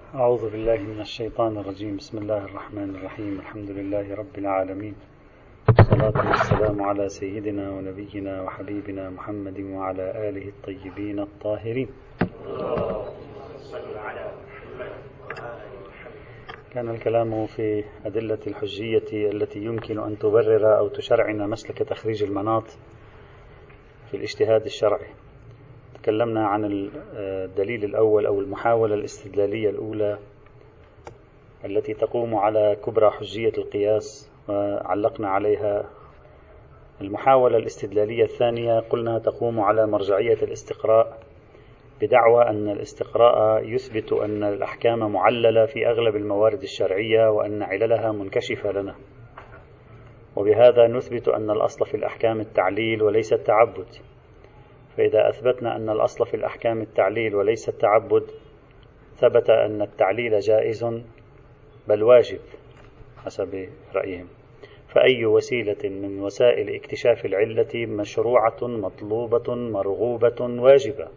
أعوذ بالله من الشيطان الرجيم. بسم الله الرحمن الرحيم. الحمد لله رب العالمين، والصلاة والسلام على سيدنا ونبينا وحبيبنا محمد وعلى آله الطيبين الطاهرين. كان الكلام في أدلة الحجية التي يمكن أن تبرر أو تشرعن مسلك تخريج المناط في الاجتهاد الشرعي. تكلمنا عن الدليل الأول أو المحاولة الاستدلالية الأولى التي تقوم على كبرى حجية القياس، وعلقنا عليها. المحاولة الاستدلالية الثانية قلنا تقوم على مرجعية الاستقراء، بدعوى أن الاستقراء يثبت أن الأحكام معللة في أغلب الموارد الشرعية وأن عللها منكشفة لنا، وبهذا نثبت أن الأصل في الأحكام التعليل وليس التعبد. فإذا أثبتنا أن الأصل في الأحكام التعليل وليس التعبد، ثبت أن التعليل جائز بل واجب حسب رأيهم. فأي وسيلة من وسائل اكتشاف العلة مشروعة مطلوبة مرغوبة واجبة،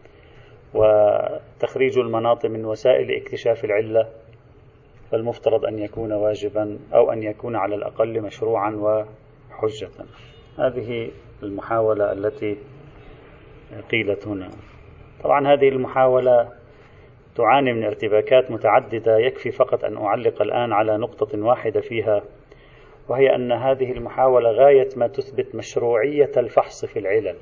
وتخريج المناط من وسائل اكتشاف العلة فالمفترض أن يكون واجبا أو أن يكون على الأقل مشروعا وحجة. هذه المحاولة التي قيلت هنا. طبعا هذه المحاولة تعاني من ارتباكات متعددة، يكفي فقط أن أعلق الآن على نقطة واحدة فيها، وهي أن هذه المحاولة غاية ما تثبت مشروعية الفحص في العلل،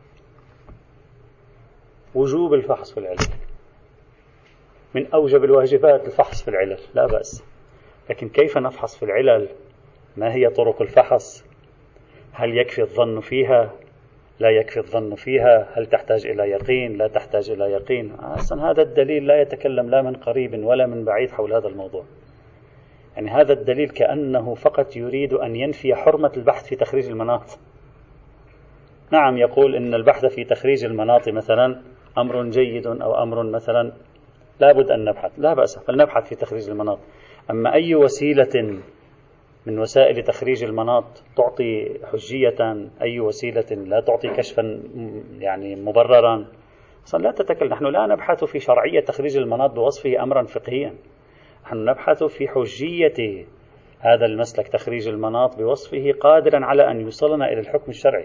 وجوب الفحص في العلل، من أوجب الواجبات الفحص في العلل، لا بأس. لكن كيف نفحص في العلل؟ ما هي طرق الفحص؟ هل يكفي الظن فيها؟ لا يكفي الظن فيها؟ هل تحتاج إلى يقين؟ لا تحتاج إلى يقين؟ أصلا هذا الدليل لا يتكلم لا من قريب ولا من بعيد حول هذا الموضوع. يعني هذا الدليل كأنه فقط يريد أن ينفي حرمة البحث في تخريج المناط. نعم، يقول إن البحث في تخريج المناط مثلا أمر جيد أو أمر مثلا لابد أن نبحث، لا بأس، فلنبحث في تخريج المناط. أما أي وسيلة من وسائل تخريج المناط تعطي حجية، أي وسيلة لا تعطي كشفا يعني مبررا، أصلا لا تتكلم. نحن لا نبحث في شرعية تخريج المناط بوصفه أمرا فقهيا، نحن نبحث في حجية هذا المسلك تخريج المناط بوصفه قادرا على أن يوصلنا إلى الحكم الشرعي،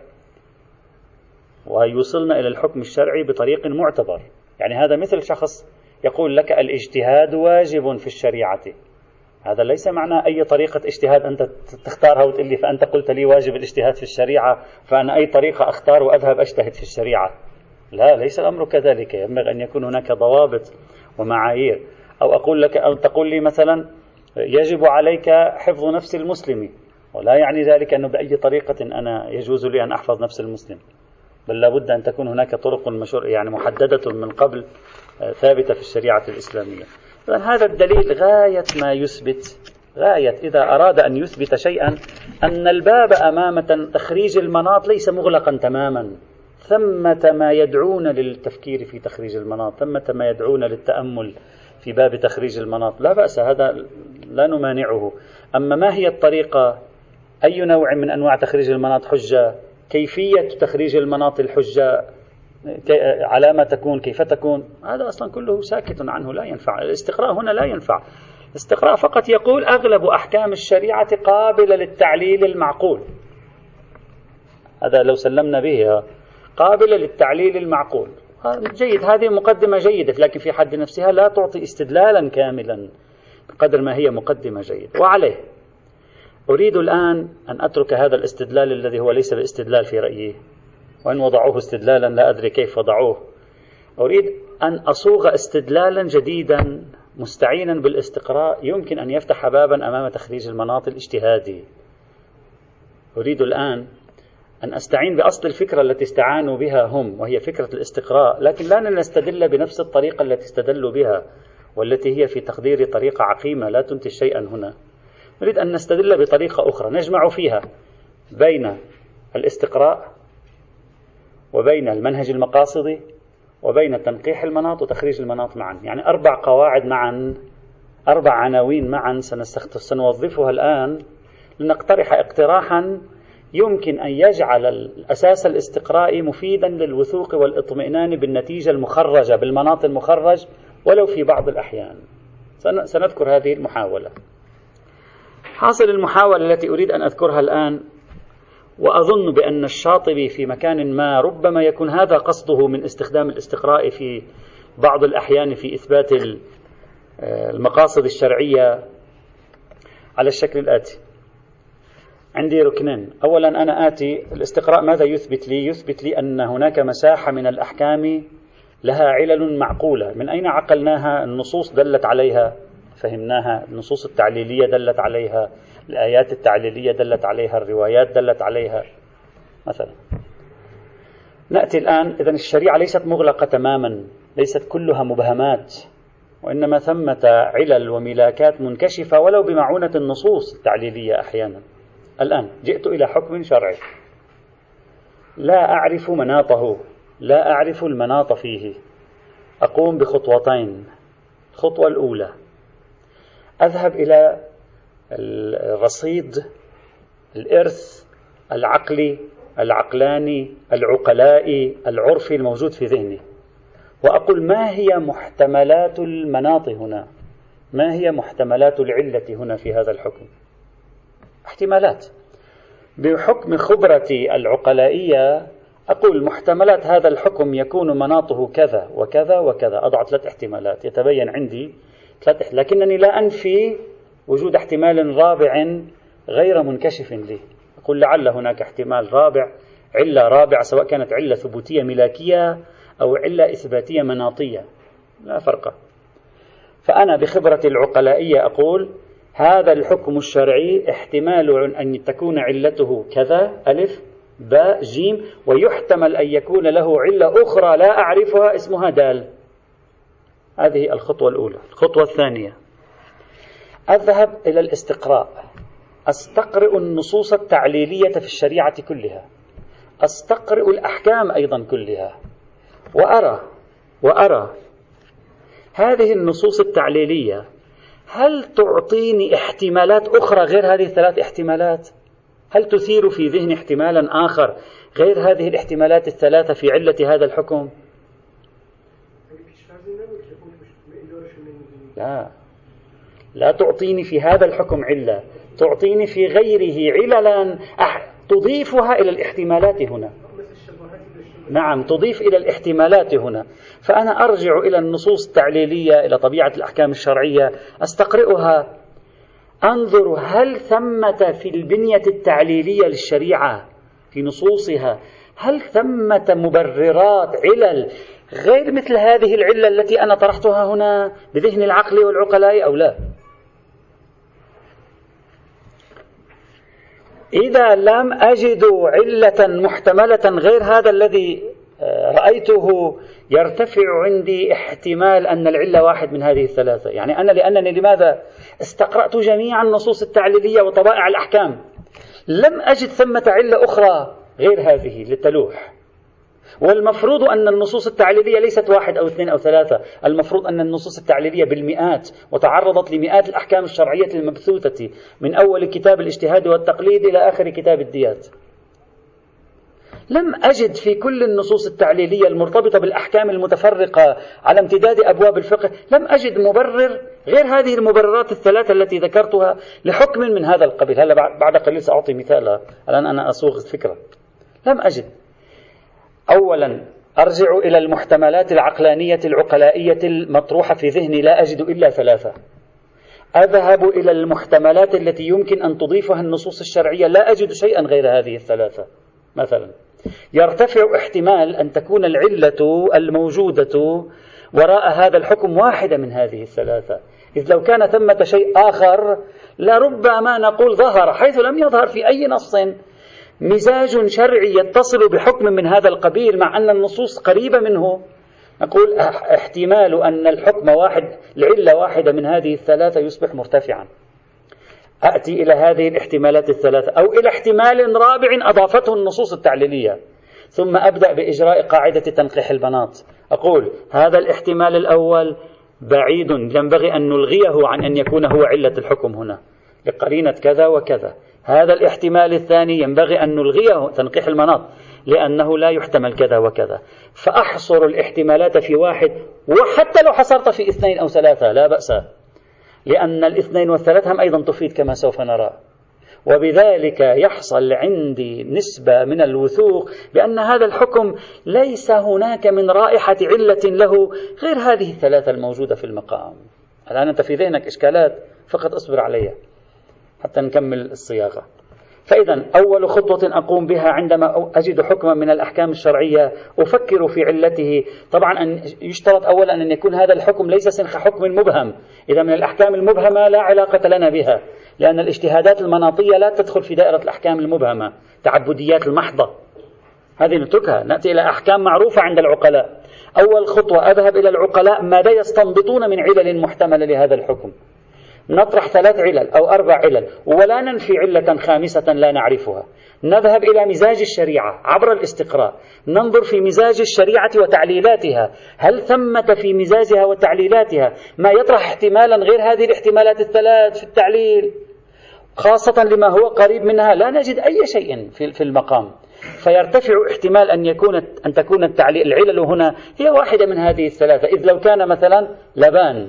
ويوصلنا إلى الحكم الشرعي بطريق معتبر. يعني هذا مثل شخص يقول لك الاجتهاد واجب في الشريعة، هذا ليس معنى أي طريقة اجتهاد أنت تختارها وتقول لي فأنت قلت لي واجب الاجتهاد في الشريعة فأنا أي طريقة أختار وأذهب أجتهد في الشريعة. لا، ليس الأمر كذلك. ينبغي أن يكون هناك ضوابط ومعايير. أو أقول لك أو تقول لي مثلا يجب عليك حفظ نفس المسلم، ولا يعني ذلك أنه بأي طريقة أنا يجوز لي أن أحفظ نفس المسلم، بل لابد أن تكون هناك طرق يعني محددة من قبل ثابتة في الشريعة الإسلامية. هذا الدليل غاية ما يثبت، غاية إذا أراد أن يثبت شيئا، أن الباب أمام تخريج المناط ليس مغلقا تماما. ثمة ما يدعون للتفكير في تخريج المناط، ثمة ما يدعون للتأمل في باب تخريج المناط، لا بأس، هذا لا نمانعه. أما ما هي الطريقة؟ أي نوع من أنواع تخريج المناط حجة؟ كيفية تخريج المناط الحجة على ما تكون، كيف تكون؟ هذا أصلا كله ساكت عنه، لا ينفع. الاستقراء هنا لا ينفع. الاستقراء فقط يقول أغلب أحكام الشريعة قابلة للتعليل المعقول، هذا لو سلمنا به قابلة للتعليل المعقول، جيد، هذه مقدمة جيدة، لكن في حد نفسها لا تعطي استدلالا كاملا بقدر ما هي مقدمة جيدة. وعليه أريد الآن أن أترك هذا الاستدلال الذي هو ليس باستدلال في رأيي، وإن وضعوه استدلالا لا أدري كيف وضعوه. أريد أن أصوغ استدلالا جديدا مستعينا بالاستقراء يمكن أن يفتح بابا أمام تخريج المناط الاجتهادي. أريد الآن أن أستعين بأصل الفكرة التي استعانوا بها هم، وهي فكرة الاستقراء، لكن لا نستدل بنفس الطريقة التي استدلوا بها، والتي هي في تقدير طريقة عقيمة لا تنتج شيئا هنا. نريد أن نستدل بطريقة أخرى نجمع فيها بين الاستقراء وبين المنهج المقاصدي وبين تنقيح المناط وتخريج المناط معا، يعني 4 قواعد معا، 4 عناوين معا سنوظفها الآن لنقترح اقتراحا يمكن أن يجعل الأساس الاستقرائي مفيدا للوثوق والاطمئنان بالنتيجة المخرجة بالمناط المخرج ولو في بعض الأحيان. سنذكر هذه المحاولة. حاصل المحاولة التي أريد أن أذكرها الآن، وأظن بأن الشاطبي في مكان ما ربما يكون هذا قصده من استخدام الاستقراء في بعض الأحيان في إثبات المقاصد الشرعية على الشكل الآتي. عندي ركنين. أولا أنا آتي الاستقراء ماذا يثبت لي؟ يثبت لي أن هناك مساحة من الأحكام لها علل معقولة. من أين عقلناها؟ النصوص دلت عليها، فهمناها، النصوص التعليلية دلت عليها، الآيات التعليلية دلت عليها، الروايات دلت عليها مثلا. نأتي الآن، إذن الشريعة ليست مغلقة تماما، ليست كلها مبهمات، وإنما ثمة علل وملاكات منكشفة ولو بمعونة النصوص التعليلية أحيانا. الآن جئت إلى حكم شرعي لا أعرف مناطه، لا أعرف المناط فيه، أقوم بخطوتين. الخطوة الأولى أذهب إلى الرصيد، الإرث العقلي العقلاني العقلائي العرفي الموجود في ذهني، وأقول ما هي محتملات المناط هنا، ما هي محتملات العلة هنا في هذا الحكم. احتمالات بحكم خبرتي العقلائية أقول محتملات هذا الحكم يكون مناطه كذا وكذا وكذا، أضع 3 احتمالات يتبين عندي 3، لكنني لا أنفي وجود احتمال رابع غير منكشف لي. أقول لعل هناك احتمال رابع، علة رابعة، سواء كانت علة ثبوتية ملاكية أو علة إثباتية مناطية، لا فرق. فأنا بخبرتي العقلائية أقول هذا الحكم الشرعي احتمال أن تكون علته كذا ألف باء جيم، ويحتمل أن يكون له علة أخرى لا أعرفها اسمها دال. هذه الخطوة الأولى. الخطوة الثانية أذهب إلى الاستقراء، أستقرئ النصوص التعليلية في الشريعة كلها، أستقرئ الأحكام أيضا كلها، وأرى هذه النصوص التعليلية هل تعطيني احتمالات أخرى غير هذه ال3 احتمالات؟ هل تثير في ذهني احتمالا آخر غير هذه الاحتمالات ال3 في علة هذا الحكم؟ لا تعطيني في هذا الحكم علة، تعطيني في غيره عللا تضيفها إلى الاحتمالات هنا. نعم، تضيف إلى الاحتمالات هنا. فأنا أرجع إلى النصوص التعليلية، إلى طبيعة الأحكام الشرعية، أستقرئها، أنظر هل ثمة في البنية التعليلية للشريعة في نصوصها هل ثمة مبررات علل غير مثل هذه العلة التي أنا طرحتها هنا بذهن العقل والعقلاء أو لا. إذا لم أجد علة محتملة غير هذا الذي رأيته، يرتفع عندي احتمال أن العلة واحد من هذه ال3. يعني أنا لأنني لماذا استقرأت جميع النصوص التعليلية وطبائع الأحكام لم أجد ثمة علة أخرى غير هذه للتلوح. والمفروض أن النصوص التعليلية ليست 1 أو 2 أو 3، المفروض أن النصوص التعليلية بالمئات، وتعرضت لمئات الأحكام الشرعية المبثوثة من أول كتاب الاجتهاد والتقليد إلى آخر كتاب الديات. لم أجد في كل النصوص التعليلية المرتبطة بالأحكام المتفرقة على امتداد أبواب الفقه، لم أجد مبرر غير هذه المبررات ال3 التي ذكرتها لحكم من هذا القبيل. هلا بعد قليل سأعطي مثال، الآن أنا أصوغ الفكرة. لم أجد. أولا أرجع إلى المحتملات العقلانية العقلائية المطروحة في ذهني، لا أجد إلا 3. أذهب إلى المحتملات التي يمكن أن تضيفها النصوص الشرعية، لا أجد شيئا غير هذه ال3. مثلا يرتفع احتمال أن تكون العلة الموجودة وراء هذا الحكم واحدة من هذه ال3، إذ لو كان ثمة شيء آخر لربما نقول ظهر حيث لم يظهر في أي نص مزاج شرعي يتصل بحكم من هذا القبيل مع أن النصوص قريبة منه. نقول احتمال أن الحكم واحد، العلة واحدة من هذه ال3 يصبح مرتفعا. أتي إلى هذه الاحتمالات ال3 أو إلى احتمال رابع أضافته النصوص التعليلية، ثم أبدأ بإجراء قاعدة تنقيح المناط. أقول هذا الاحتمال الأول بعيد، ينبغي أن نلغيه عن أن يكون هو علة الحكم هنا لقرينة كذا وكذا. هذا الاحتمال الثاني ينبغي أن نلغيه تنقيح المناط لأنه لا يحتمل كذا وكذا. فأحصر الاحتمالات في واحد، وحتى لو حصرت في 2 أو 3 لا بأس، لأن الاثنين والثلاث هم أيضا تفيد كما سوف نرى، وبذلك يحصل عندي نسبة من الوثوق بأن هذا الحكم ليس هناك من رائحة علة له غير هذه الثلاثة الموجودة في المقام. الآن أنت في ذهنك إشكالات، فقط أصبر عليها حتى نكمل الصياغة. فإذا أول خطوة أقوم بها عندما أجد حكما من الأحكام الشرعية أفكر في علته. طبعا أن يشترط أولا أن يكون هذا الحكم ليس سنخ حكم مبهم، إذا من الأحكام المبهمة لا علاقة لنا بها، لأن الاجتهادات المناطية لا تدخل في دائرة الأحكام المبهمة، تعبديات المحضة هذه نتركها، نأتي إلى أحكام معروفة عند العقلاء. أول خطوة أذهب إلى العقلاء ماذا يستنبطون من علل محتملة لهذا الحكم، نطرح 3 علل أو 4 علل ولا ننفي علة خامسة لا نعرفها. نذهب إلى مزاج الشريعة عبر الاستقراء، ننظر في مزاج الشريعة وتعليلاتها، هل ثمة في مزاجها وتعليلاتها ما يطرح احتمالا غير هذه الاحتمالات الثلاث في التعليل، خاصة لما هو قريب منها لا نجد أي شيء في المقام، فيرتفع احتمال أن تكون العلل هنا هي واحدة من هذه الثلاثة. إذ لو كان مثلا لبان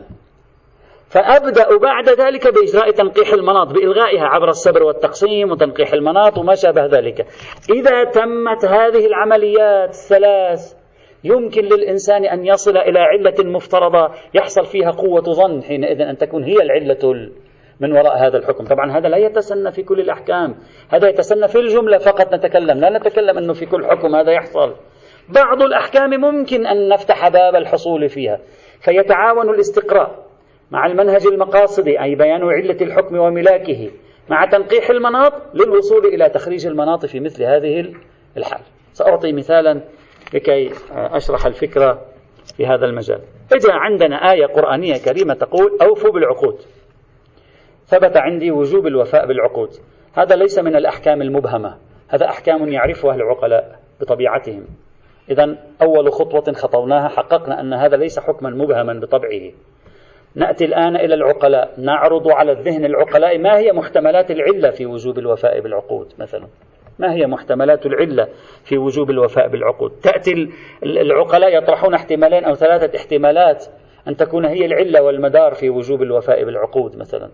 فأبدأ بعد ذلك بإجراء تنقيح المناط بإلغائها عبر السبر والتقسيم وتنقيح المناط وما شابه ذلك. إذا تمت هذه العمليات الثلاث يمكن للإنسان أن يصل إلى علة مفترضة يحصل فيها قوة ظن حينئذ أن تكون هي العلة من وراء هذا الحكم. طبعا هذا لا يتسنى في كل الأحكام، هذا يتسنى في الجملة فقط نتكلم، لا نتكلم أنه في كل حكم هذا يحصل. بعض الأحكام ممكن أن نفتح باب الحصول فيها، فيتعاون الاستقراء مع المنهج المقاصدي أي بيان علة الحكم وملاكه مع تنقيح المناط للوصول إلى تخريج المناط في مثل هذه الحال. سأعطي مثالا لكي أشرح الفكرة في هذا المجال. إذا عندنا آية قرآنية كريمة تقول أوفوا بالعقود، ثبت عندي وجوب الوفاء بالعقود، هذا ليس من الأحكام المبهمة، هذا أحكام يعرفها العقلاء بطبيعتهم. إذن أول خطوة خطوناها حققنا أن هذا ليس حكما مبهما بطبعه. نأتي الآن إلى العقلاء، نعرض على الذهن العقلاء ما هي محتملات العلة في وجوب الوفاء بالعقود مثلا، ما هي محتملات العلة في وجوب الوفاء بالعقود. تأتي العقلاء يطرحون 2 أو 3 احتمالات أن تكون هي العلة والمدار في وجوب الوفاء بالعقود مثلا.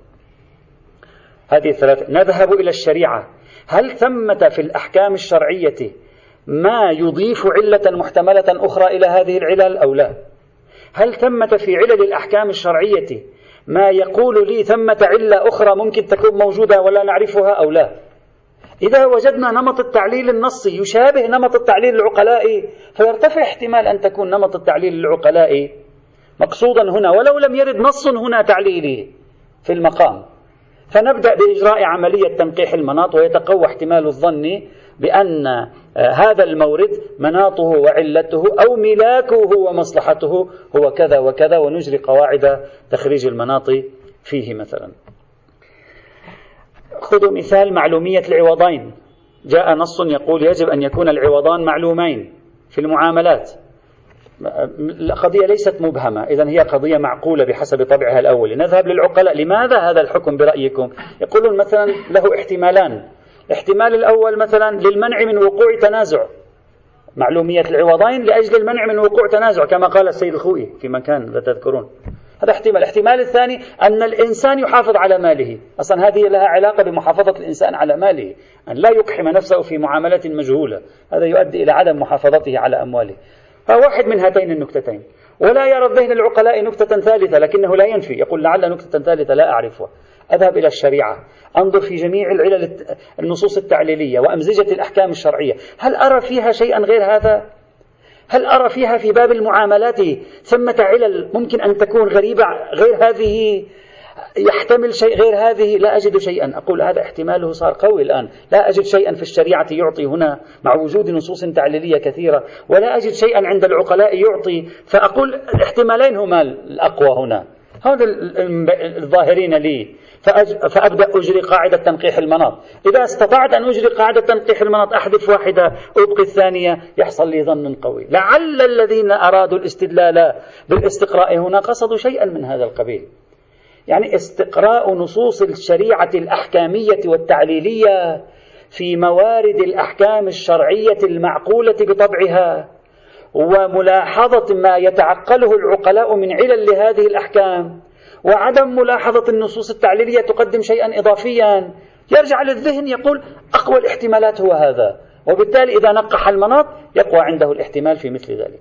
هذه 3. نذهب إلى الشريعة، هل ثمة في الأحكام الشرعية ما يضيف علة محتملة أخرى إلى هذه العلل أو لا؟ هل ثمة في علل الأحكام الشرعية ما يقول لي ثمة علة أخرى ممكن تكون موجودة ولا نعرفها أو لا؟ إذا وجدنا نمط التعليل النصي يشابه نمط التعليل العقلائي فيرتفع احتمال أن تكون نمط التعليل العقلائي مقصودا هنا ولو لم يرد نص هنا تعليلي في المقام، فنبدأ بإجراء عملية تنقيح المناط ويتقوى احتمال الظن بأن هذا المورد مناطه وعلته أو ملاكه ومصلحته هو كذا وكذا، ونجري قواعد تخريج المناط فيه. مثلا خذوا مثال معلومية العوضين، جاء نص يقول يجب أن يكون العوضان معلومين في المعاملات. القضية ليست مبهمة، إذن هي قضية معقولة بحسب طبعها الأول. نذهب للعقلاء، لماذا هذا الحكم برأيكم؟ يقولون مثلا له احتمالان، الاحتمال الأول مثلا للمنع من وقوع تنازع، معلومية العوضين لأجل المنع من وقوع تنازع كما قال السيد الخوئي في مكان لا تذكرون، هذا احتمال. الاحتمال الثاني أن الإنسان يحافظ على ماله، أصلا هذه لها علاقة بمحافظة الإنسان على ماله، أن لا يقحم نفسه في معاملة مجهولة، هذا يؤدي إلى عدم محافظته على أمواله. فواحد من هاتين النكتتين. ولا يرى الذهن العقلاء نكتة ثالثة لكنه لا ينفي، يقول لعل نكتة ثالثة لا أعرفها. أذهب إلى الشريعة، أنظر في جميع العلل النصوص التعليلية وأمزجة الأحكام الشرعية، هل أرى فيها شيئا غير هذا؟ هل أرى فيها في باب المعاملات ثمة علل ممكن أن تكون غريبة غير هذه، يحتمل شيء غير هذه؟ لا أجد شيئا. أقول هذا احتماله صار قوي الآن، لا أجد شيئا في الشريعة يعطي هنا مع وجود نصوص تعليلية كثيرة، ولا أجد شيئا عند العقلاء يعطي، فأقول الاحتمالين هما الأقوى هنا، هذا الظاهرين لي، فأبدأ أجري قاعدة تنقيح المناط. إذا استطعت أن أجري قاعدة تنقيح المناط أحذف واحدة أبقي الثانية، يحصل لي ظن قوي لعل الذين أرادوا الاستدلال بالاستقراء هنا قصدوا شيئا من هذا القبيل، يعني استقراء نصوص الشريعة الأحكامية والتعليلية في موارد الأحكام الشرعية المعقولة بطبعها، وملاحظة ما يتعقله العقلاء من علل لهذه الأحكام، وعدم ملاحظة النصوص التعليلية تقدم شيئا إضافيا، يرجع للذهن يقول أقوى الاحتمالات هو هذا، وبالتالي إذا نقح المناط يقوى عنده الاحتمال في مثل ذلك.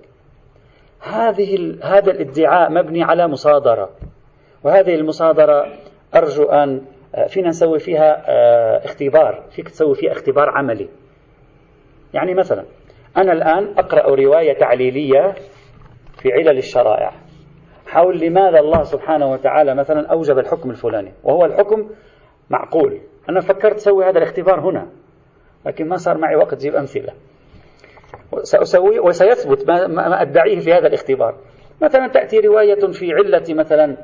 هذا الادعاء مبني على مصادرة، وهذه المصادرة أرجو أن فينا نسوي فيها اختبار، فيك تسوي فيها اختبار عملي. يعني مثلا أنا الآن أقرأ رواية تعليلية في علل الشرائع حول لماذا الله سبحانه وتعالى مثلا أوجب الحكم الفلاني وهو الحكم معقول. أنا فكرت أسوي هذا الاختبار هنا، لكن ما صار معي وقت أجيب أمثلة. سأسوي وسيثبت ما أدعيه في هذا الاختبار. مثلا تأتي رواية في علة مثلا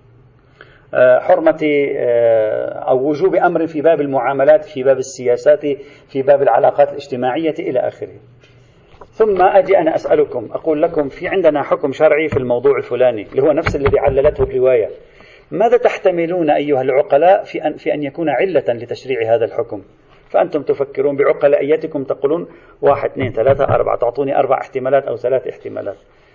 حرمة أو وجوب أمر في باب المعاملات، في باب السياسات، في باب العلاقات الاجتماعية إلى آخره. ثم أجي أنا أسألكم، أقول لكم في عندنا حكم شرعي في الموضوع الفلاني اللي هو نفس الذي عللته الرواية، ماذا تحتملون أيها العقلاء في أن يكون علة لتشريع هذا الحكم؟ فأنتم تفكرون بعقلائيتكم، تقولون 1 2 3 4، تعطوني 4 احتمالات أو 3 احتمالات.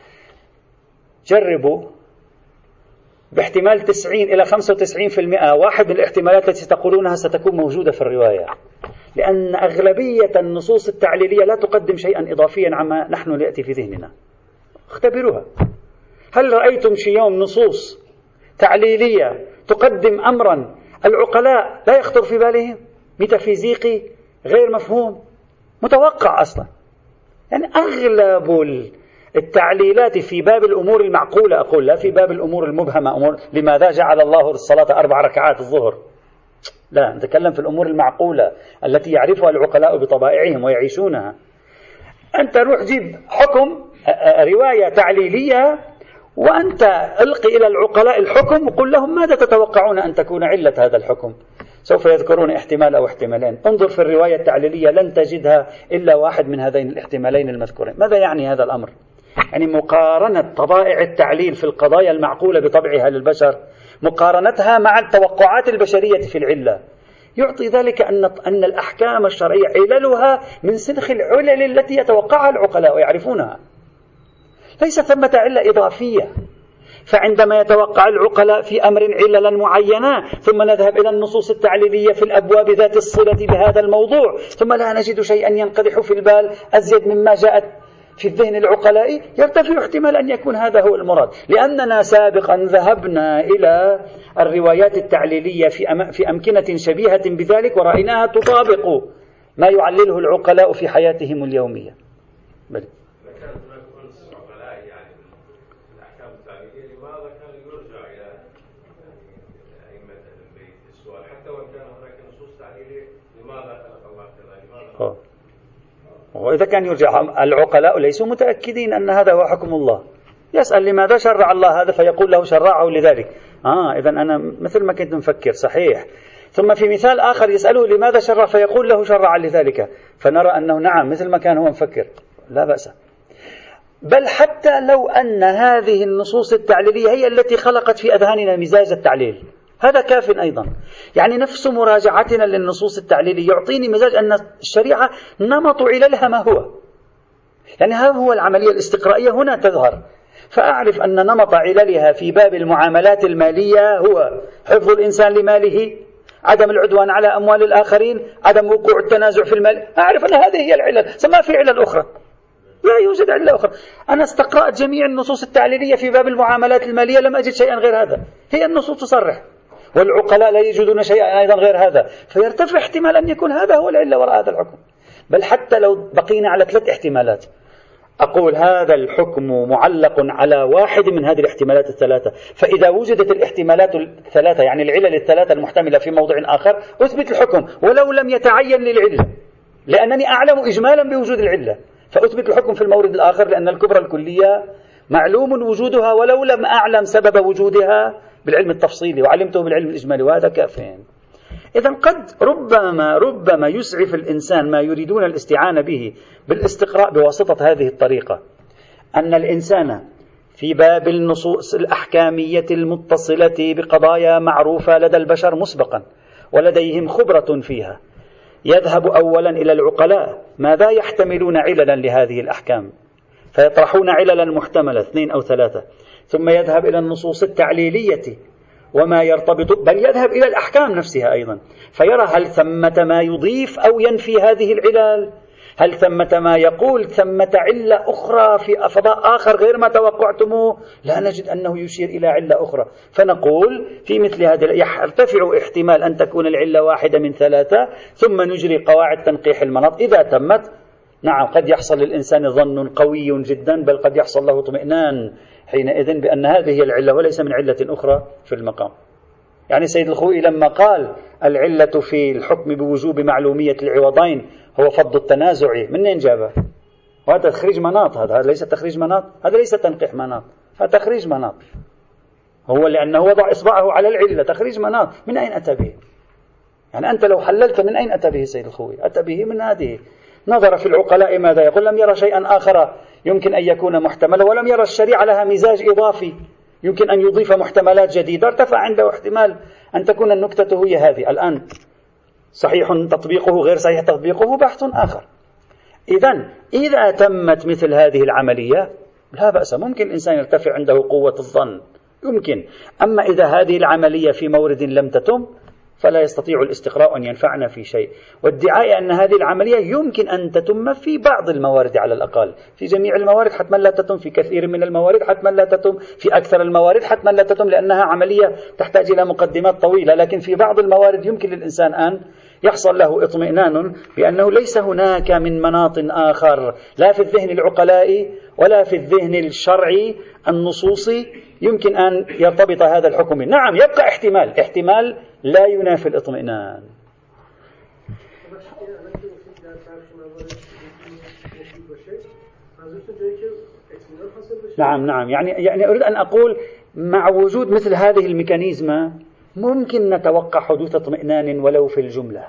جربوا باحتمال 90 إلى 95% واحد من الاحتمالات التي تقولونها ستكون موجودة في الرواية، لأن أغلبية النصوص التعليلية لا تقدم شيئا إضافيا عما نحن يأتي في ذهننا. اختبروها. هل رأيتم شي يوم نصوص تعليلية تقدم أمرا العقلاء لا يخطر في بالهم، ميتافيزيقي غير مفهوم، متوقع أصلا؟ يعني أغلب التعليلات في باب الأمور المعقولة، أقول لا في باب الأمور المبهمة، أمور لماذا جعل الله الصلاة 4 ركعات الظهر، لا نتكلم في الأمور المعقولة التي يعرفها العقلاء بطبائعهم ويعيشونها. أنت روح جيب حكم رواية تعليلية وأنت ألقي إلى العقلاء الحكم وقل لهم ماذا تتوقعون أن تكون علة هذا الحكم. سوف يذكرون احتمال أو احتمالين. انظر في الرواية التعليلية لن تجدها إلا واحد من هذين الاحتمالين المذكورين. ماذا يعني هذا الأمر؟ يعني مقارنة طبائع التعليل في القضايا المعقولة بطبعها للبشر، مقارنتها مع التوقعات البشرية في العلة، يعطي ذلك أن الأحكام الشرعية عللها من سنخ العلل التي يتوقعها العقلاء ويعرفونها، ليس ثمة علة إضافية. فعندما يتوقع العقلاء في أمر عللا معينة ثم نذهب إلى النصوص التعليلية في الأبواب ذات الصلة بهذا الموضوع ثم لا نجد شيئا ينقدح في البال أزيد مما جاءت في الذهن العقلائي، يرتفع احتمال أن يكون هذا هو المراد، لأننا سابقا ذهبنا إلى الروايات التعليلية في أمكنة شبيهة بذلك ورأيناها تطابق ما يعلله العقلاء في حياتهم اليومية. بل. وإذا كان يرجع العقلاء ليسوا متأكدين أن هذا هو حكم الله، يسأل لماذا شرع الله هذا فيقول له شرعه لذلك. إذا أنا مثل ما كنت مفكر صحيح. ثم في مثال آخر يسأله لماذا شرع فيقول له شرع لذلك، فنرى أنه نعم مثل ما كان هو مفكر، لا بأس. بل حتى لو أن هذه النصوص التعليلية هي التي خلقت في أذهاننا مزاج التعليل، هذا كاف أيضا. يعني نفس مراجعتنا للنصوص التعليلية يعطيني مزاج أن الشريعة نمط عللها ما هو. يعني هذا هو العملية الاستقرائية هنا تظهر، فأعرف أن نمط عللها في باب المعاملات المالية هو حفظ الإنسان لماله، عدم العدوان على أموال الآخرين، عدم وقوع التنازع في المال. أعرف أن هذه هي العلل، ما في علل أخرى، لا يوجد علة أخرى. أنا استقرأت جميع النصوص التعليلية في باب المعاملات المالية لم أجد شيئا غير هذا، هي النصوص تصرح، والعقلاء لا يجدون شيئا أيضا غير هذا، فيرتفع احتمال أن يكون هذا هو العلة وراء هذا الحكم. بل حتى لو بقينا على 3 احتمالات، أقول هذا الحكم معلق على واحد من هذه الاحتمالات ال3، فإذا وجدت الاحتمالات ال3 يعني العلل ال3 المحتملة في موضع آخر أثبت الحكم ولو لم يتعين للعلة، لأنني أعلم إجمالا بوجود العلة، فأثبت الحكم في المورد الآخر، لأن الكبرى الكلية معلوم وجودها ولو لم أعلم سبب وجودها بالعلم التفصيلي وعلمته بالعلم الإجمالي، وهذا كافين. إذن قد ربما يسعف الإنسان ما يريدون الاستعانة به بالاستقراء بواسطة هذه الطريقة، أن الإنسان في باب النصوص الأحكامية المتصلة بقضايا معروفة لدى البشر مسبقا ولديهم خبرة فيها، يذهب أولا إلى العقلاء ماذا يحتملون عللا لهذه الأحكام، فيطرحون عللا محتملة 2 أو 3، ثم يذهب إلى النصوص التعليلية وما يرتبط، بل يذهب إلى الأحكام نفسها أيضا، فيرى هل ثمة ما يضيف أو ينفي هذه العلل، هل ثمة ما يقول ثمة علة أخرى في فضاء آخر غير ما توقعتموه، لا نجد أنه يشير إلى علة أخرى، فنقول في مثل هذا يرتفع احتمال أن تكون العلة واحدة من ثلاثة، ثم نجري قواعد تنقيح المناط إذا تمت. نعم، قد يحصل للإنسان ظن قوي جدا، بل قد يحصل له اطمئنان حينئذ بأن هذه هي العلة وليس من علة أخرى في المقام. يعني سيد الخوئي لما قال العلة في الحكم بوجوب معلومية العوضين هو فض التنازع، منين جابه؟ وهذا تخريج مناط، هذا ليس تخريج مناط، هذا ليس تنقيح مناط، هذا تخريج مناط، هو لأنه وضع إصبعه على العلة، تخريج مناط. من أين أتى به؟ يعني أنت لو حللت من أين أتى به سيد الخوئي؟ أتى به من هذه، نظر في العقلاء ماذا يقول، لم يرى شيئا آخر يمكن أن يكون محتملا، ولم يرى الشريعة لها مزاج إضافي يمكن أن يضيف محتملات جديدة، ارتفع عنده احتمال أن تكون النكتة هي هذه. الآن صحيح تطبيقه غير صحيح تطبيقه بحث آخر. إذا تمت مثل هذه العملية لا بأس، ممكن الإنسان يرتفع عنده قوة الظن، يمكن. أما إذا هذه العملية في مورد لم تتم فلا يستطيع الاستقراء أن ينفعنا في شيء، وادعاء أن هذه العملية يمكن أن تتم في بعض الموارد على الأقل، في جميع الموارد حتما لا تتم، في كثير من الموارد حتما لا تتم، في أكثر الموارد حتما لا تتم لأنها عملية تحتاج إلى مقدمات طويلة، لكن في بعض الموارد يمكن للإنسان أن يحصل له اطمئنان بأنه ليس هناك من مناط آخر لا في الذهن العقلائي ولا في الذهن الشرعي النصوصي يمكن أن يرتبط هذا الحكم. نعم، يبقى احتمال لا ينافي الاطمئنان. نعم، يعني أريد أن أقول مع وجود مثل هذه الميكانيزمة ممكن نتوقع حدوث اطمئنان ولو في الجملة.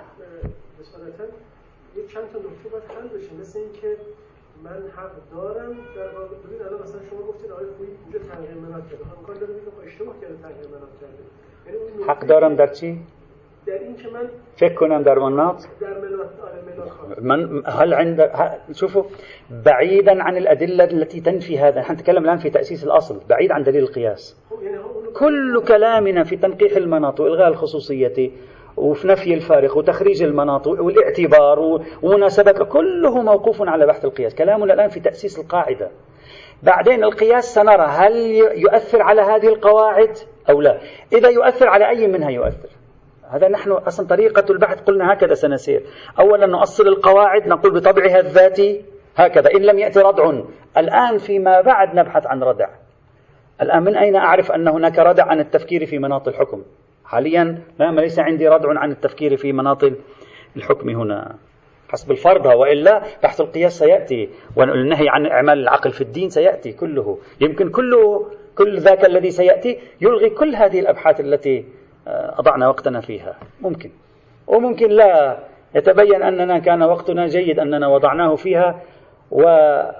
من حق دارم در واقع ببین الان مثلا شما گفتید آقای خویی اینجا تغییر مناط کرده، امکان داره بگم اشتباه کرده تغییر مناط کرده، یعنی حق دارم در چی؟ در این که من فکر کنم در مناط، در مناط من هل عند شوفوا بعيدا عن الأدلة التي تنفي هذا، نحن نتكلم الآن في تأسيس الأصل بعيد عن دليل القياس. كل كلامنا في تنقيح المناط وإلغاء الخصوصية وفي نفي الفارق وتخريج المناط والاعتبار ومناسبة كله موقوف على بحث القياس. كلامنا الآن في تأسيس القاعدة، بعدين القياس سنرى هل يؤثر على هذه القواعد أو لا. إذا يؤثر على أي منها يؤثر، هذا نحن أصلا طريقة البحث قلنا هكذا سنسير. أولا نؤصل القواعد نقول بطبعها الذاتي هكذا إن لم يأتي ردع. الآن فيما بعد نبحث عن ردع. الآن من أين أعرف أن هناك ردع عن التفكير في مناط الحكم؟ حاليا ليس عندي ردع عن التفكير في مناط الحكم هنا حسب الفرض، وإلا بحث القياس سيأتي والنهي عن إعمال العقل في الدين سيأتي كله، يمكن كل ذاك الذي سيأتي يلغي كل هذه الأبحاث التي أضعنا وقتنا فيها، ممكن وممكن لا يتبين أننا كان وقتنا جيد أننا وضعناه فيها وما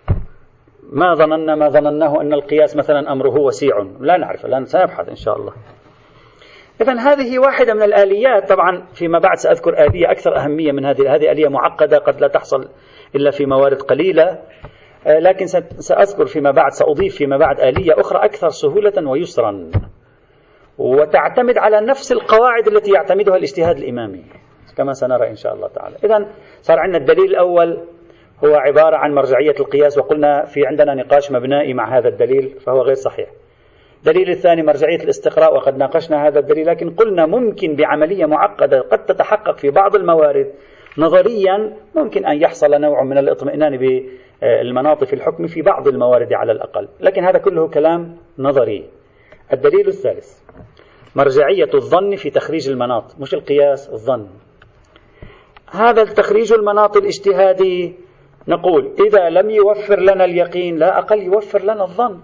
ظنناه أن القياس مثلا أمره وسيع، لا نعرف، الآن سنبحث إن شاء الله. إذن هذه واحدة من الآليات. طبعا فيما بعد سأذكر آلية أكثر أهمية من هذه آلية معقدة قد لا تحصل إلا في موارد قليلة، لكن سأذكر فيما بعد، سأضيف فيما بعد آلية أخرى أكثر سهولة ويسرا وتعتمد على نفس القواعد التي يعتمدها الاجتهاد الإمامي كما سنرى إن شاء الله تعالى. إذن صار عندنا الدليل الأول هو عبارة عن مرجعية القياس، وقلنا في عندنا نقاش مبنائي مع هذا الدليل فهو غير صحيح. الدليل الثاني مرجعية الاستقراء، وقد ناقشنا هذا الدليل، لكن قلنا ممكن بعملية معقدة قد تتحقق في بعض الموارد نظريا ممكن أن يحصل نوع من الاطمئنان بالمناط في الحكم في بعض الموارد على الأقل، لكن هذا كله كلام نظري. الدليل الثالث مرجعية الظن في تخريج المناط، مش القياس، الظن. هذا التخريج المناط الاجتهادي نقول إذا لم يوفر لنا اليقين لا أقل يوفر لنا الظن،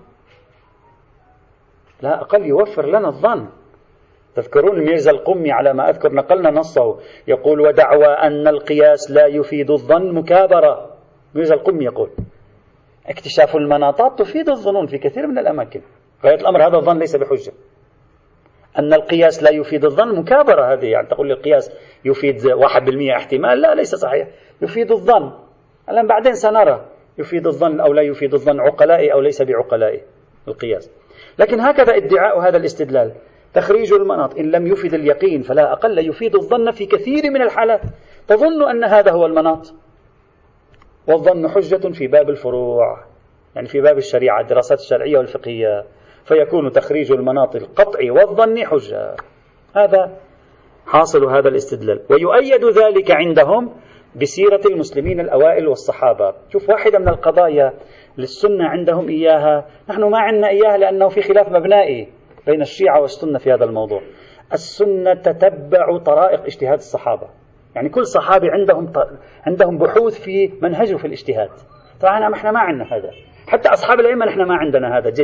لا أقل يوفر لنا الظن. تذكرون ميرزا القمي على ما أذكر نقلنا نصه يقول ودعوى أن القياس لا يفيد الظن مكابرة. ميرزا القمي يقول اكتشاف المناطات تفيد الظنون في كثير من الأماكن، غاية الأمر هذا الظن ليس بحجة. أن القياس لا يفيد الظن مكابرة، هذه يعني تقول القياس يفيد 1% احتمال، لا ليس صحيح، يفيد الظن. الآن بعدين سنرى يفيد الظن أو لا يفيد الظن، عقلائي أو ليس بعقلائي القياس. لكن هكذا ادعاء هذا الاستدلال تخريج المناط إن لم يفيد اليقين فلا أقل يفيد الظن في كثير من الحالات، تظن أن هذا هو المناط، والظن حجة في باب الفروع، يعني في باب الشريعة الدراسات الشرعية والفقهية، فيكون تخريج المناط القطعي والظن حجة. هذا حاصل هذا الاستدلال، ويؤيد ذلك عندهم بسيرة المسلمين الأوائل والصحابة. شوف، واحدة من القضايا للسنة عندهم إياها، نحن ما عندنا إياها لأنه في خلاف مبنائي بين الشيعة والسنة في هذا الموضوع. السنة تتبع طرائق اجتهاد الصحابة، يعني كل صحابي عندهم بحوث في منهجه في الاجتهاد. طبعا احنا ما عندنا هذا، حتى أصحاب الأئمة نحن ما عندنا هذا.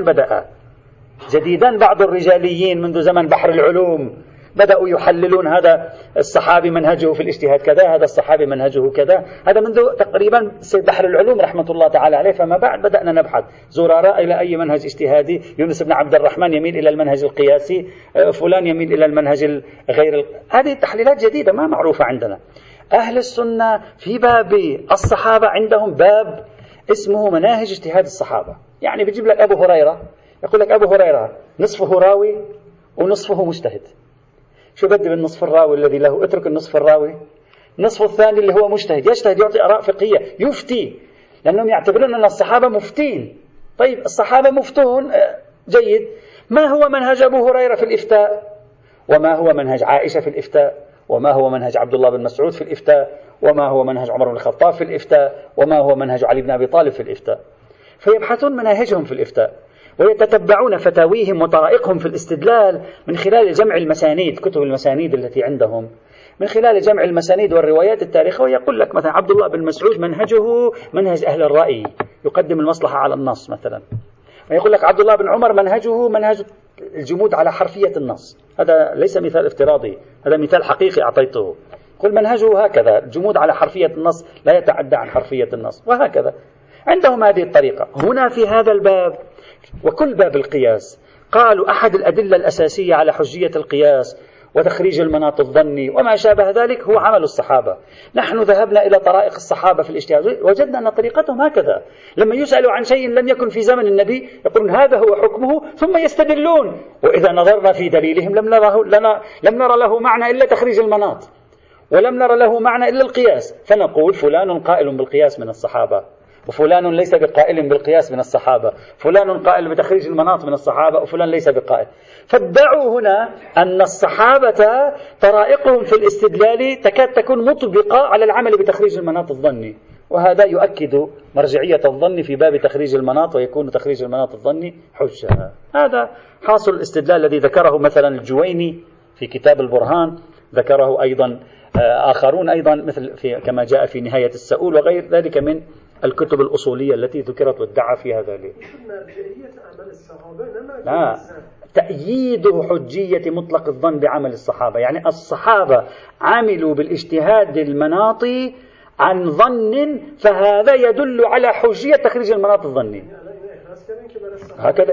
جديدا بعض الرجاليين منذ زمن بحر العلوم بدأوا يحللون هذا الصحابي منهجه في الاجتهاد كذا، هذا الصحابي منهجه كذا، هذا منذ تقريبا سيد بحر العلوم رحمة الله تعالى عليه. فما بعد بدأنا نبحث زرارة إلى أي منهج اجتهادي، يونس بن عبد الرحمن يميل إلى المنهج القياسي، فلان يميل إلى المنهج غير هذه تحليلات جديدة ما معروفة عندنا. أهل السنة في باب الصحابة عندهم باب اسمه مناهج اجتهاد الصحابة. يعني بيجيب لك أبو هريرة، يقول لك أبو هريرة نصفه راوي ونصفه مجتهد. شو بدي بالنصف الراوي الذي له؟ اترك النصف الراوي. النصف الثاني اللي هو مجتهد، يجتهد يعطي آراء فقهية، يفتي، لأنهم يعتبرون أن الصحابة مفتين. طيب الصحابة مفتون جيد، ما هو منهج أبو هريرة في الإفتاء؟ وما هو منهج عائشة في الإفتاء؟ وما هو منهج عبد الله بن مسعود في الإفتاء؟ وما هو منهج عمر بن الخطاب في الإفتاء؟ وما هو منهج علي بن أبي طالب في الإفتاء؟ فيبحثون مناهجهم في الإفتاء، ويتتبعون فتاويهم وطرائقهم في الاستدلال من خلال جمع المسانيد، كتب المسانيد التي عندهم، من خلال جمع المسانيد والروايات التاريخية. ويقول لك مثلا عبد الله بن مسعود منهجه منهج أهل الرأي، يقدم المصلحة على النص مثلا. ويقول لك عبد الله بن عمر منهجه منهج الجمود على حرفية النص. هذا ليس مثال افتراضي، هذا مثال حقيقي أعطيته. قل منهجه هكذا، الجمود على حرفية النص لا يتعدى عن حرفية النص، وهكذا عندهم هذه الطريقة. هنا في هذا الباب وكل باب القياس قالوا أحد الأدلة الأساسية على حجية القياس وتخريج المناط الظني وما شابه ذلك هو عمل الصحابة. نحن ذهبنا إلى طرائق الصحابة في الاجتهاد، وجدنا أن طريقتهم هكذا. لما يسألوا عن شيء لم يكن في زمن النبي يقولون هذا هو حكمه، ثم يستدلون، وإذا نظرنا في دليلهم لم نرى له معنى إلا تخريج المناط، ولم نرى له معنى إلا القياس، فنقول فلان قائل بالقياس من الصحابة، وفلان ليس بقائل بالقياس من الصحابة، فلان قائل بتخريج المناط من الصحابة، وفلان ليس بقائل. فادعوا هنا أن الصحابة طرائقهم في الاستدلال تكاد تكون مطبقة على العمل بتخريج المناط الظني، وهذا يؤكد مرجعية الظن في باب تخريج المناط، ويكون تخريج المناط الظني حجة. هذا حاصل الاستدلال الذي ذكره مثلا الجويني في كتاب البرهان، ذكره أيضا آخرون أيضا مثل كما جاء في نهاية السؤول وغير ذلك من الكتب الأصولية التي ذكرت وادعى فيها ذلك. لا، تأييد حجية مطلق الظن بعمل الصحابة، يعني الصحابة عملوا بالاجتهاد المناطي عن ظن، فهذا يدل على حجية تخريج المناط الظني. هكذا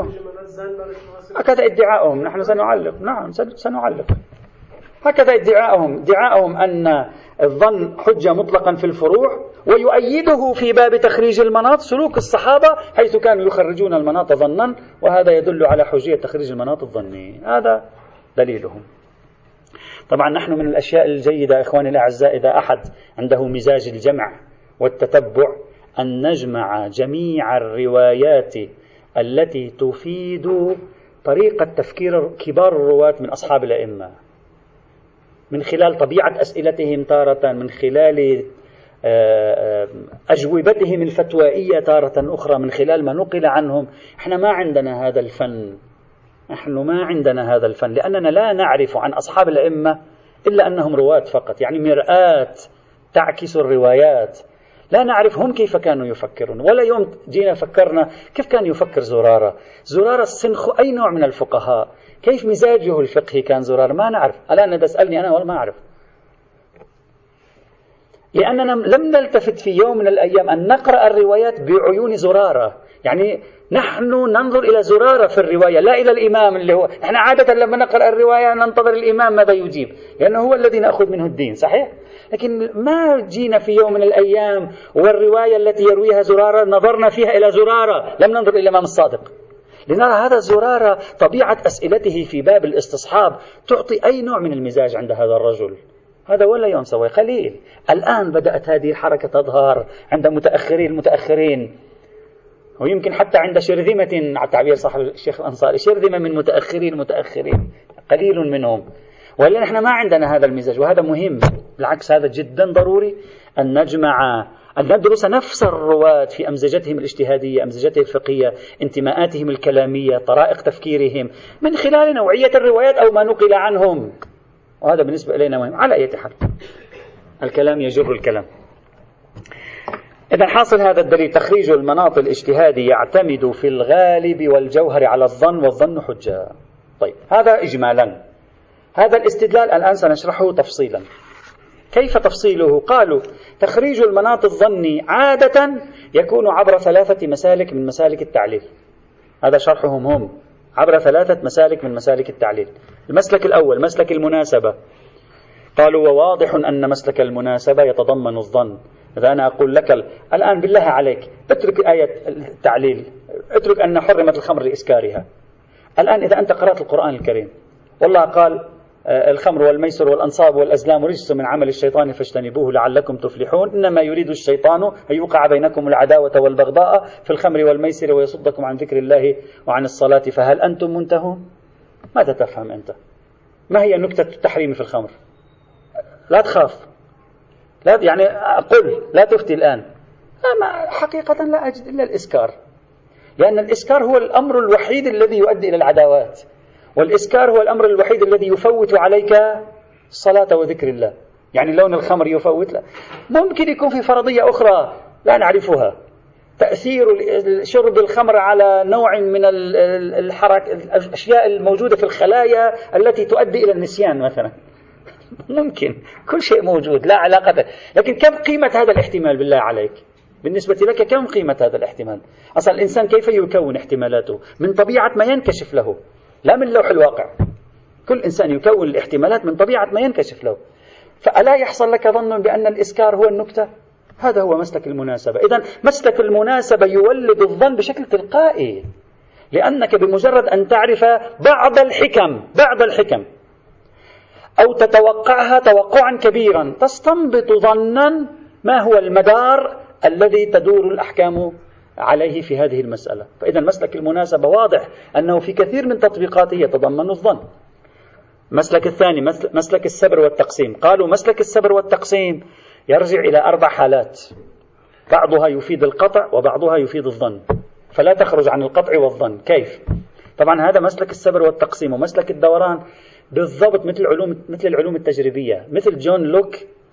ادعاؤهم. نحن سنعلق، نعم سنعلق. هكذا ادعاؤهم أن الظن حجة مطلقا في الفروع، ويؤيده في باب تخريج المناط سلوك الصحابة حيث كانوا يخرجون المناط ظنا، وهذا يدل على حجية تخريج المناط الظني. هذا دليلهم. طبعا نحن من الأشياء الجيدة إخواني الأعزاء إذا أحد عنده مزاج الجمع والتتبع أن نجمع جميع الروايات التي تفيد طريقة تفكير كبار الرواة من أصحاب الأئمة، من خلال طبيعة أسئلتهم تارة، من خلال أجوبتهم الفتوائية تارة أخرى، من خلال ما نقل عنهم. احنا ما عندنا هذا الفن، لأننا لا نعرف عن أصحاب الأئمة إلا أنهم رواة فقط، يعني مرآة تعكس الروايات. لا نعرف هم كيف كانوا يفكرون، ولا يوم جينا فكرنا كيف كان يفكر زرارة السنخ، أي نوع من الفقهاء، كيف مزاجه الفقهي كان زرارة، ما نعرف. الآن تسألني أنا ولا ما أعرف، لأننا لم نلتفت في يوم من الأيام أن نقرأ الروايات بعيون زرارة. يعني نحن ننظر إلى زرارة في الرواية لا إلى الإمام، اللي هو نحن عادة لما نقرأ الرواية ننتظر الإمام ماذا يجيب، لأنه هو الذي نأخذ منه الدين، صحيح؟ لكن ما جينا في يوم من الأيام والرواية التي يرويها زرارة نظرنا فيها إلى زرارة، لم ننظر إلى الإمام الصادق. لنرى هذا زرارة طبيعة أسئلته في باب الاستصحاب تعطي أي نوع من المزاج عند هذا الرجل. هذا ولا ينسى قليل. الآن بدأت هذه الحركة تظهر عند المتأخرين، ويمكن حتى عند شرذمة، على تعبير صاحب الشيخ الأنصاري، شرذمة من المتأخرين قليل منهم. ولا نحن ما عندنا هذا المزاج، وهذا مهم. بالعكس هذا جدا ضروري أن ندرس نفس الرواة في أمزجتهم الاجتهادية، أمزجتهم الفقهية، انتماءاتهم الكلامية، طرائق تفكيرهم من خلال نوعية الروايات أو ما نقل عنهم. وهذا بالنسبة إلينا مهم. على أي حال الكلام يجر الكلام. إذن حاصل هذا الدليل تخريج المناط الاجتهادي يعتمد في الغالب والجوهر على الظن، والظن حجة. طيب هذا إجمالا. هذا الاستدلال الآن سنشرحه تفصيلا. كيف تفصيله؟ قالوا تخريج المناط الظني عادة يكون عبر 3 مسالك من مسالك التعليل. هذا شرحهم هم، عبر 3 مسالك من مسالك التعليل. المسلك الأول مسلك المناسبة. قالوا وواضح أن مسلك المناسبة يتضمن الظن. إذا أنا أقول لك الآن بالله عليك اترك آية التعليل، اترك أن حرمت الخمر لإسكارها. الآن إذا أنت قرأت القرآن الكريم والله قال الخمر والميسر والأنصاب والأزلام رجس من عمل الشيطان فاجتنبوه لعلكم تفلحون، إنما يريد الشيطان أن يوقع بينكم العداوة والبغضاء في الخمر والميسر ويصدكم عن ذكر الله وعن الصلاة فهل أنتم منتهون؟ ماذا تفهم أنت؟ ما هي نكتة التحريم في الخمر؟ لا تخاف، لا يعني قل لا تفتي الآن. حقيقة لا أجد إلا الإسكار، لأن الإسكار هو الأمر الوحيد الذي يؤدي إلى العداوات، والإسكار هو الأمر الوحيد الذي يفوت عليك الصلاة وذكر الله. يعني لون الخمر يفوت، لا ممكن يكون في فرضية أخرى لا نعرفها، تأثير شرب الخمر على نوع من الأشياء الموجودة في الخلايا التي تؤدي إلى النسيان مثلا. ممكن كل شيء موجود لا علاقة، لكن كم قيمة هذا الاحتمال بالله عليك؟ بالنسبة لك كم قيمة هذا الاحتمال؟ أصلا الإنسان كيف يكون احتمالاته؟ من طبيعة ما ينكشف له، لا من لوح الواقع. كل إنسان يكون الاحتمالات من طبيعة ما ينكشف له. فألا يحصل لك ظن بأن الإسكار هو النكتة؟ هذا هو مسلك المناسبة. إذن مسلك المناسبة يولد الظن بشكل تلقائي، لأنك بمجرد أن تعرف بعض الحكم أو تتوقعها توقعا كبيرا تستنبط ظنا ما هو المدار الذي تدور الأحكام عليه في هذه المسألة. فإذا مسلك المناسبة واضح أنه في كثير من تطبيقاته يتضمن الظن. مسلك الثاني مسلك السبر والتقسيم. قالوا مسلك السبر والتقسيم يرجع إلى 4 حالات، بعضها يفيد القطع وبعضها يفيد الظن، فلا تخرج عن القطع والظن. كيف؟ طبعا هذا مسلك السبر والتقسيم. ومسلك الدوران بالضبط مثل العلوم التجريبية، مثل جون لوك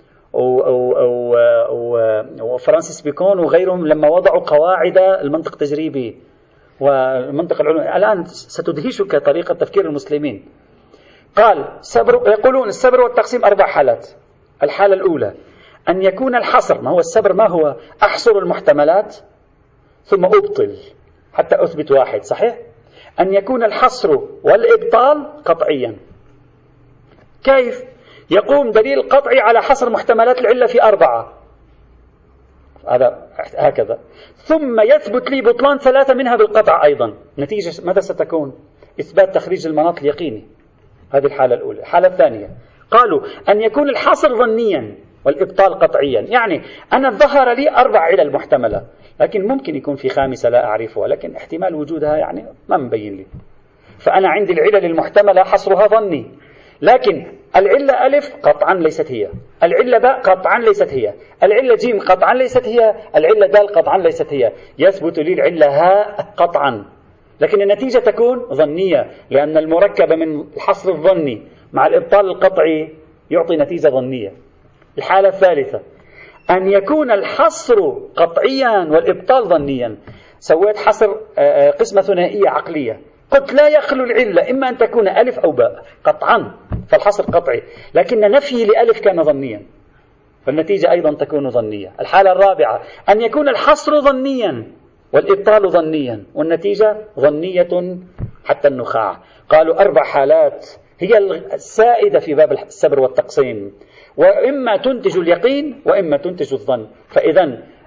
وفرانسيس بيكون وغيرهم لما وضعوا قواعد المنطق التجريبي والمنطق العلومي. الآن ستدهشك طريقة تفكير المسلمين. قال يقولون السبر والتقسيم 4 حالات. الحالة الأولى أن يكون الحصر، ما هو السبر؟ ما هو؟ أحصر المحتملات ثم أبطل حتى أثبت واحد، صحيح؟ أن يكون الحصر والإبطال قطعيا. كيف؟ يقوم دليل قطعي على حصر محتملات العلة في 4، هذا هكذا، ثم يثبت لي بطلان 3 منها بالقطع أيضا. نتيجة ماذا ستكون؟ إثبات تخريج المناط اليقيني. هذه الحالة الأولى. الحالة الثانية قالوا أن يكون الحصر ظنيا والإبطال قطعيا. يعني أنا ظهر لي 4 علل محتملة، لكن ممكن يكون في 5 لا أعرفها، لكن احتمال وجودها يعني ما مبين لي. فأنا عندي العلل المحتملة حصرها ظني، لكن العلة ألف قطعا ليست هي، العلة باء قطعا ليست هي، العلة جيم قطعا ليست هي، العلة دال قطعا ليست هي. يثبت لي العلة هاء قطعا، لكن النتيجة تكون ظنية، لأن المركب من الحصر الظني مع الإبطال القطعي يعطي نتيجة ظنية. الحالة الثالثة أن يكون الحصر قطعيا والإبطال ظنيا. سويت حصر قسمة ثنائية عقلية، قلت لا يخلو العلة إما أن تكون ألف أو باء قطعا، فالحصر قطعي، لكن نفي لألف كان ظنيا، فالنتيجة أيضا تكون ظنية. الحالة الرابعة أن يكون الحصر ظنيا والإبطال ظنيا، والنتيجة ظنية حتى النخاع. قالوا 4 حالات هي السائدة في باب السبر والتقسيم، وإما تنتج اليقين وإما تنتج الظن. فإذا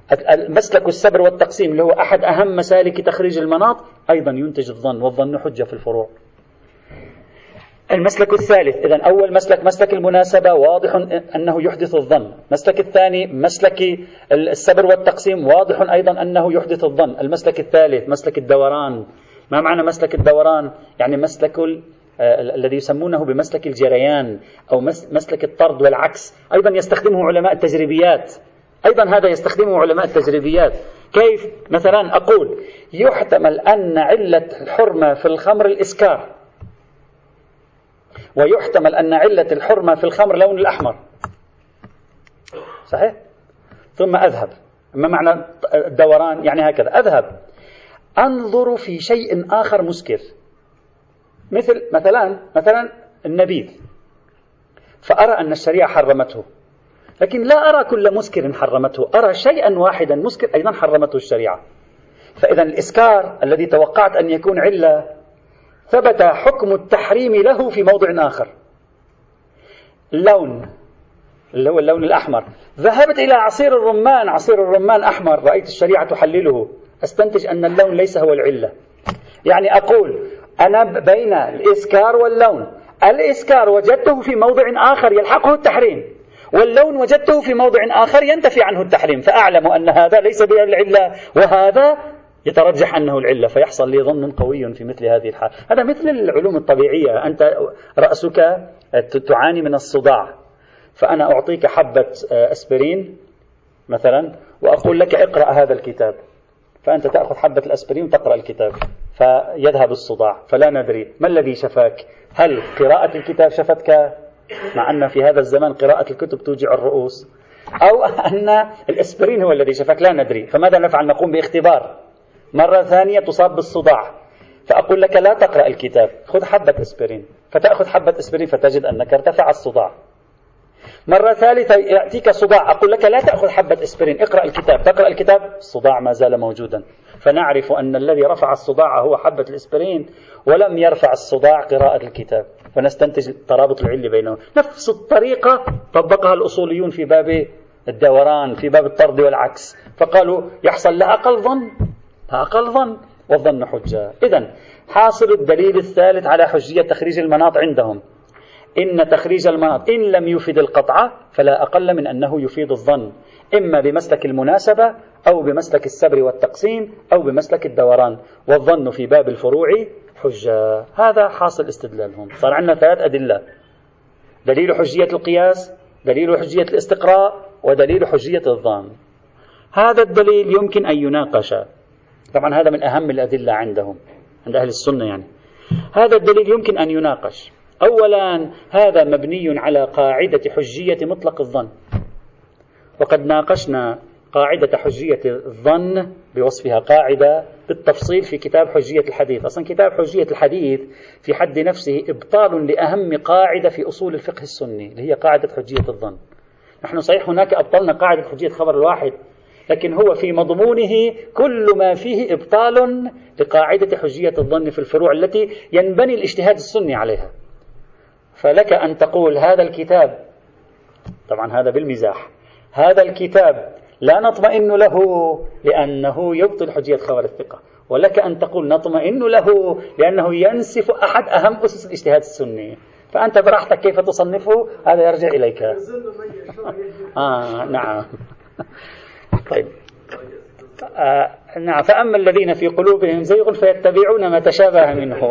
المسلك السبر والتقسيم اللي هو أحد أهم مسالك تخريج المناط أيضا ينتج الظن، والظن حجة في الفروع. المسلك الثالث، إذن أول مسلك مسلك المناسبة واضح أنه يحدث الظن. المسلك الثاني مسلك السبر والتقسيم واضح أيضا أنه يحدث الظن. المسلك الثالث مسلك الدوران. ما معنى مسلك الدوران؟ يعني مسلك الذي يسمونه بمسلك الجريان أو مسلك الطرد والعكس، أيضا يستخدمه علماء التجريبيات. أيضا هذا يستخدمه علماء التجريبيات. كيف؟ مثلا أقول يحتمل أن علة الحرمة في الخمر الإسكار، ويحتمل أن علة الحرمة في الخمر لون الأحمر، صحيح؟ ثم أذهب. ما معنى الدوران؟ يعني هكذا أذهب أنظر في شيء آخر مسكر، مثلا النبيذ، فأرى أن الشريعة حرمته، لكن لا أرى كل مسكر حرمته، أرى شيئا واحدا مسكر أيضا حرمته الشريعة. فإذا الإسكار الذي توقعت أن يكون علة ثبت حكم التحريم له في موضع آخر. اللون اللي هو اللون الأحمر، ذهبت إلى عصير الرمان، عصير الرمان أحمر، رأيت الشريعة تحلله، أستنتج أن اللون ليس هو العلة. يعني أقول أنا بين الإسكار واللون، الإسكار وجدته في موضع آخر يلحقه التحريم، واللون وجدته في موضع آخر ينتفي عنه التحريم، فأعلم أن هذا ليس به العلة وهذا يترجح أنه العلة، فيحصل لي ظن قوي في مثل هذه الحال. هذا مثل العلوم الطبيعية، أنت رأسك تعاني من الصداع، فأنا أعطيك حبة أسبرين مثلا وأقول لك اقرأ هذا الكتاب، فأنت تأخذ حبة الأسبرين وتقرأ الكتاب فيذهب الصداع، فلا ندري ما الذي شفاك. هل قراءة الكتاب شفتك، مع أن في هذا الزمان قراءة الكتب توجع الرؤوس، أو أن الأسبرين هو الذي شفاك، لا ندري. فماذا نفعل؟ نقوم باختبار مرة ثانية تصاب بالصداع، فأقول لك لا تقرأ الكتاب، خذ حبة أسبرين، فتأخذ حبة أسبرين فتجد أنك ارتفع الصداع. مرة ثالثة يأتيك صداع، أقول لك لا تأخذ حبة أسبرين، اقرأ الكتاب، تقرأ الكتاب، الصداع ما زال موجودا، فنعرف أن الذي رفع الصداع هو حبة الأسبرين ولم يرفع الصداع قراءة الكتاب، فنستنتج ترابط العلة بينهم. نفس الطريقة طبقها الأصوليون في باب الدوران، في باب الطرد والعكس، فقالوا يحصل لا أقل ظن والظن حجة. إذن حاصل الدليل الثالث على حجية تخريج المناط عندهم إن تخريج المناط إن لم يفيد القطع فلا أقل من أنه يفيد الظن، إما بمسلك المناسبة أو بمسلك السبر والتقسيم أو بمسلك الدوران، والظن في باب الفروع حجة. هذا حاصل استدلالهم. صار عندنا 3 أدلة: دليل حجية القياس، دليل حجية الاستقراء، ودليل حجية الظن. هذا الدليل يمكن أن يناقش، طبعا هذا من أهم الأدلة عندهم عند أهل السنة. يعني هذا الدليل يمكن أن يناقش. أولا هذا مبني على قاعدة حجية مطلق الظن، وقد ناقشنا قاعدة حجية الظن بوصفها قاعدة بالتفصيل في كتاب حجية الحديث. أصلا كتاب حجية الحديث في حد نفسه إبطال لأهم قاعدة في أصول الفقه السني اللي هي قاعدة حجية الظن. نحن صحيح هناك أبطلنا قاعدة حجية خبر الواحد، لكن هو في مضمونه كل ما فيه إبطال لقاعدة حجية الظن في الفروع التي ينبني الاجتهاد السني عليها. فلك أن تقول هذا الكتاب، طبعا هذا بالمزاح، هذا الكتاب لا نطمئن له لأنه يبطل حجية خبر الثقة، ولك أن تقول نطمئن له لأنه ينسف أحد أهم أسس الاجتهاد السني. فأنت براحتك كيف تصنفه، هذا يرجع إليك. نعم. طيب. نعم. فأما الذين في قلوبهم زيغ فيتبعون ما تشابه منه.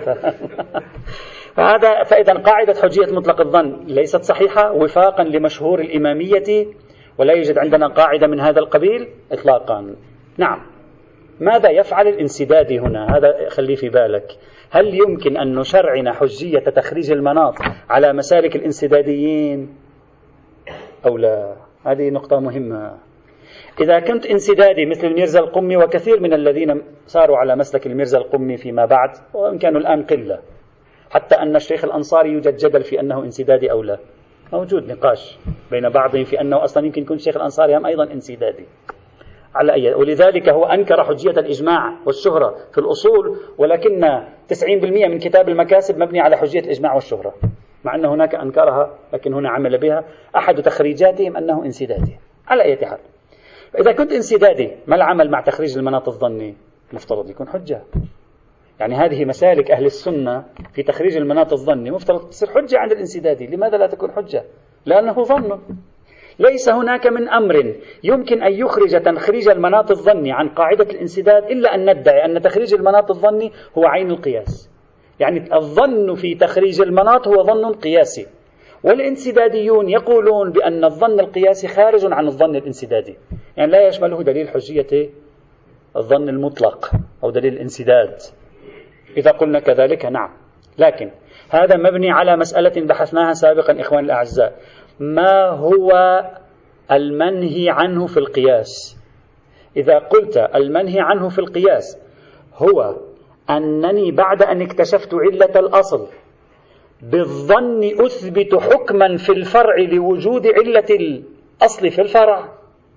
فإذا قاعدة حجية مطلق الظن ليست صحيحة وفاقا لمشهور الإمامية، ولا يوجد عندنا قاعدة من هذا القبيل إطلاقا. نعم. ماذا يفعل الانسدادي هنا؟ هذا خليه في بالك. هل يمكن أن نشرعن حجية تخريج المناط على مسالك الانسداديين أو لا؟ هذه نقطة مهمة. إذا كنت انسدادي مثل الميرزا القمي وكثير من الذين صاروا على مسلك الميرزا القمي فيما بعد، وإن كانوا الآن قلة، حتى أن الشيخ الأنصاري يوجد جدل في أنه انسدادي أو لا، موجود نقاش بين بعضهم في أنه أصلا يمكن يكون الشيخ الأنصاري هم أيضا انسدادي على أي، ولذلك هو أنكر حجية الإجماع والشهرة في الأصول، ولكن 90% من كتاب المكاسب مبني على حجية الإجماع والشهرة، مع أن هناك أنكرها لكن هنا عمل بها. أحد تخريجاتهم أنه انسدادي على أي حال. إذا كنت انسدادي ما العمل مع تخريج المناط الظني؟ مفترض يكون حجة. يعني هذه مسالك أهل السنة في تخريج المناط الظني مفترض تصير حجة عند الانسدادي. لماذا لا تكون حجة؟ لأنه ظن. ليس هناك من أمر يمكن أن يخرج تخريج المناط الظني عن قاعدة الانسداد إلا أن ندعي أن تخريج المناط الظني هو عين القياس. يعني الظن في تخريج المناط هو ظن قياسي، والانسداديون يقولون بأن الظن القياسي خارج عن الظن الانسدادي، يعني لا يشمله دليل حجية الظن المطلق أو دليل الانسداد. إذا قلنا كذلك نعم، لكن هذا مبني على مسألة بحثناها سابقا إخواني الأعزاء: ما هو المنهي عنه في القياس؟ إذا قلت المنهي عنه في القياس هو أنني بعد أن اكتشفت علة الأصل بالظن أثبت حكما في الفرع لوجود علة الأصل في الفرع،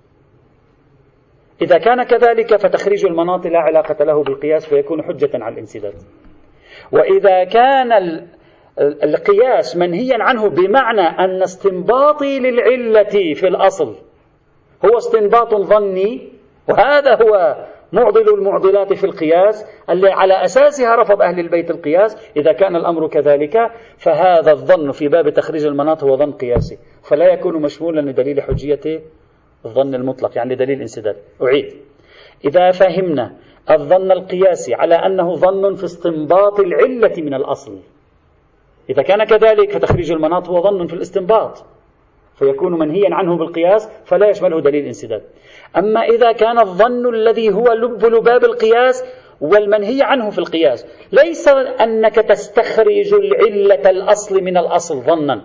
إذا كان كذلك فتخريج المناط لا علاقة له بالقياس فيكون حجة على الانسداد. وإذا كان القياس منهيا عنه بمعنى أن استنباطي للعلة في الأصل هو استنباط ظني، وهذا هو معضل المعضلات في القياس اللي على أساسها رفض أهل البيت القياس، إذا كان الأمر كذلك فهذا الظن في باب تخريج المناط هو ظن قياسي، فلا يكون مشمولا لدليل حجية الظن المطلق، يعني دليل انسداد. أعيد: إذا فهمنا الظن القياسي على أنه ظن في استنباط العلة من الأصل، إذا كان كذلك فتخريج المناط هو ظن في الاستنباط فيكون منهيا عنه بالقياس فلا يشمله دليل انسداد. أما إذا كان الظن الذي هو لباب القياس والمنهي عنه في القياس ليس أنك تستخرج العلة الأصل من الأصل ظنا،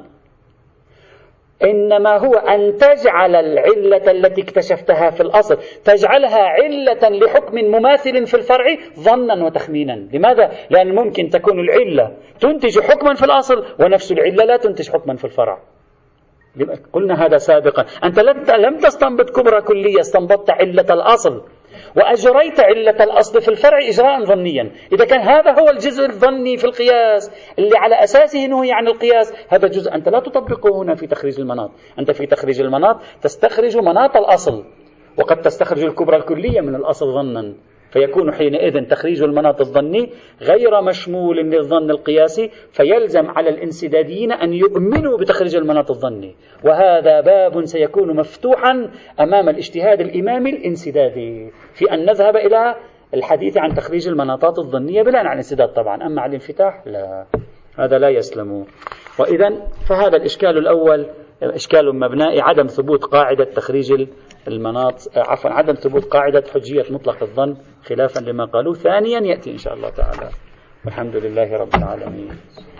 إنما هو أن تجعل العلة التي اكتشفتها في الأصل تجعلها علة لحكم مماثل في الفرع ظنا وتخمينا. لماذا؟ لأن ممكن تكون العلة تنتج حكما في الأصل ونفس العلة لا تنتج حكما في الفرع. قلنا هذا سابقا، أنت لم تستنبط كبرى كلية، استنبطت علة الأصل وأجريت علة الأصل في الفرع إجراء ظنيا. إذا كان هذا هو الجزء الظني في القياس اللي على أساسه نهي عن القياس، هذا جزء أنت لا تطبقه هنا في تخريج المناط. أنت في تخريج المناط تستخرج مناط الأصل، وقد تستخرج الكبرى الكلية من الأصل ظنا، فيكون حينئذ تخريج المناط الظني غير مشمول للظن القياسي، فيلزم على الانسداديين أن يؤمنوا بتخريج المناط الظني، وهذا باب سيكون مفتوحا أمام الاجتهاد الإمامي الانسدادي في أن نذهب إلى الحديث عن تخريج المناطات الظنية بلا عن الانسداد طبعا، أما على الانفتاح لا، هذا لا يسلم. وإذا فهذا الإشكال الأول إشكال مبنائي، عدم ثبوت قاعدة تخريج المناط، عدم ثبوت قاعدة حجية مطلق الظن خلافا لما قالوا. ثانيا يأتي إن شاء الله تعالى، والحمد لله رب العالمين.